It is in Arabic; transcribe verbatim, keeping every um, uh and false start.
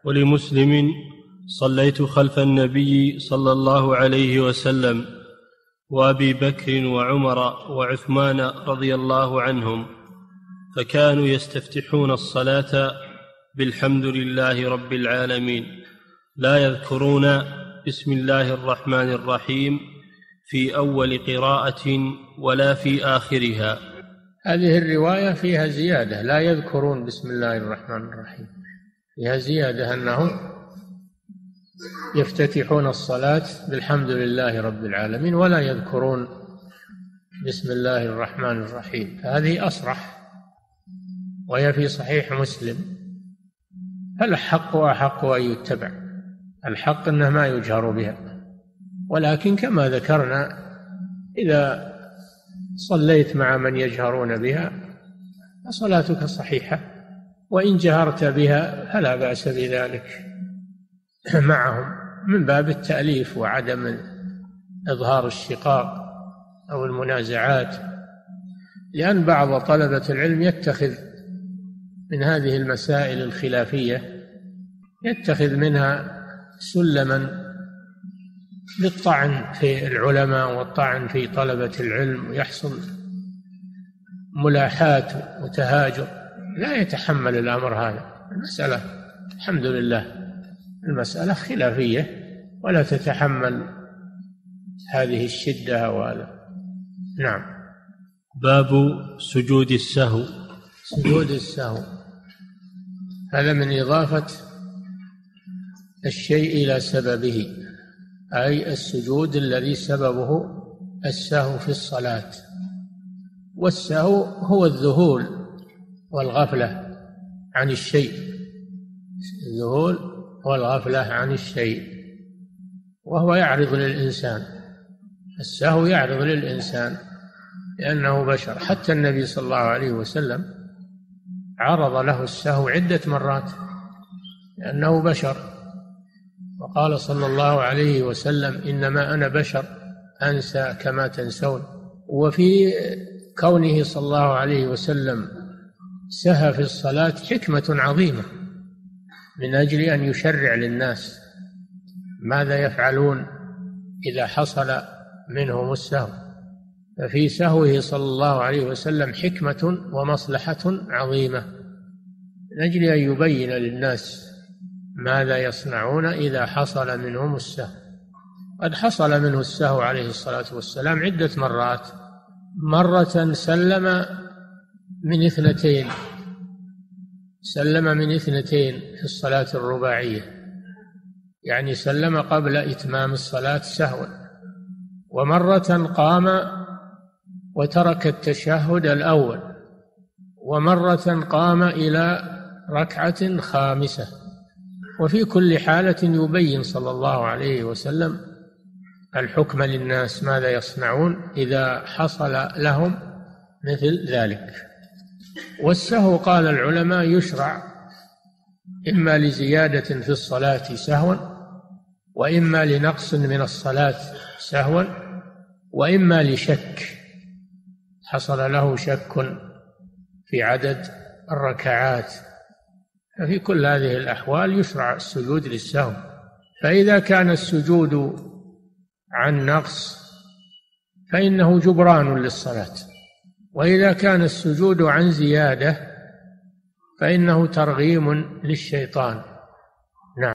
ولمسلم: صليت خلف النبي صلى الله عليه وسلم وأبي بكر وعمر وعثمان رضي الله عنهم، فكانوا يستفتحون الصلاة بالحمد لله رب العالمين، لا يذكرون بسم الله الرحمن الرحيم في أول قراءة ولا في آخرها. هذه الرواية فيها زيادة، لا يذكرون بسم الله الرحمن الرحيم، فيها زيادة أنهم يفتتحون الصلاة بالحمد لله رب العالمين ولا يذكرون بسم الله الرحمن الرحيم، فهذه أصرح وهي في صحيح مسلم. فالحق أحق أن يتبع، الحق أنه ما يجهر بها، ولكن كما ذكرنا إذا صليت مع من يجهرون بها فصلاتك صحيحة، وإن جهرت بها فلا بأس بذلك معهم من باب التأليف وعدم إظهار الشقاق أو المنازعات، لأن بعض طلبة العلم يتخذ من هذه المسائل الخلافية يتخذ منها سلما للطعن في العلماء والطعن في طلبة العلم، ويحصل ملاحات وتهاجر. لا يتحمل الأمر هذا، المسألة الحمد لله المسألة خلافية ولا تتحمل هذه الشدة وهذا. نعم. باب سجود السهو. سجود السهو هذا من إضافة الشيء إلى سببه، أي السجود الذي سببه السهو في الصلاة. والسهو هو الذهول والغفلة عن الشيء، الذهول والغفلة عن الشيء، وهو يعرض للإنسان، السهو يعرض للإنسان لأنه بشر. حتى النبي صلى الله عليه وسلم عرض له السهو عدة مرات لأنه بشر، وقال صلى الله عليه وسلم: إنما أنا بشر أنسى كما تنسون. وفي كونه صلى الله عليه وسلم سهى في الصلاة حكمة عظيمة من أجل أن يشرع للناس ماذا يفعلون إذا حصل منهم السهو، ففي سهوه صلى الله عليه وسلم حكمة ومصلحة عظيمة من أجل أن يبين للناس ماذا يصنعون إذا حصل منهم السهو. قد حصل منه السهو عليه الصلاة والسلام عدة مرات. مرة سلم من اثنتين سلم من اثنتين في الصلاة الرباعية، يعني سلم قبل إتمام الصلاة سهوا. ومرة قام وترك التشهد الأول، ومرة قام إلى ركعة خامسة. وفي كل حالة يبين صلى الله عليه وسلم الحكم للناس ماذا يصنعون إذا حصل لهم مثل ذلك. والسهو قال العلماء يشرع إما لزيادة في الصلاة سهوا، وإما لنقص من الصلاة سهوا، وإما لشك، حصل له شك في عدد الركعات. ففي كل هذه الأحوال يشرع السجود للسهو. فإذا كان السجود عن نقص فإنه جبران للصلاة، وإذا كان السجود عن زيادة فإنه ترغيم للشيطان.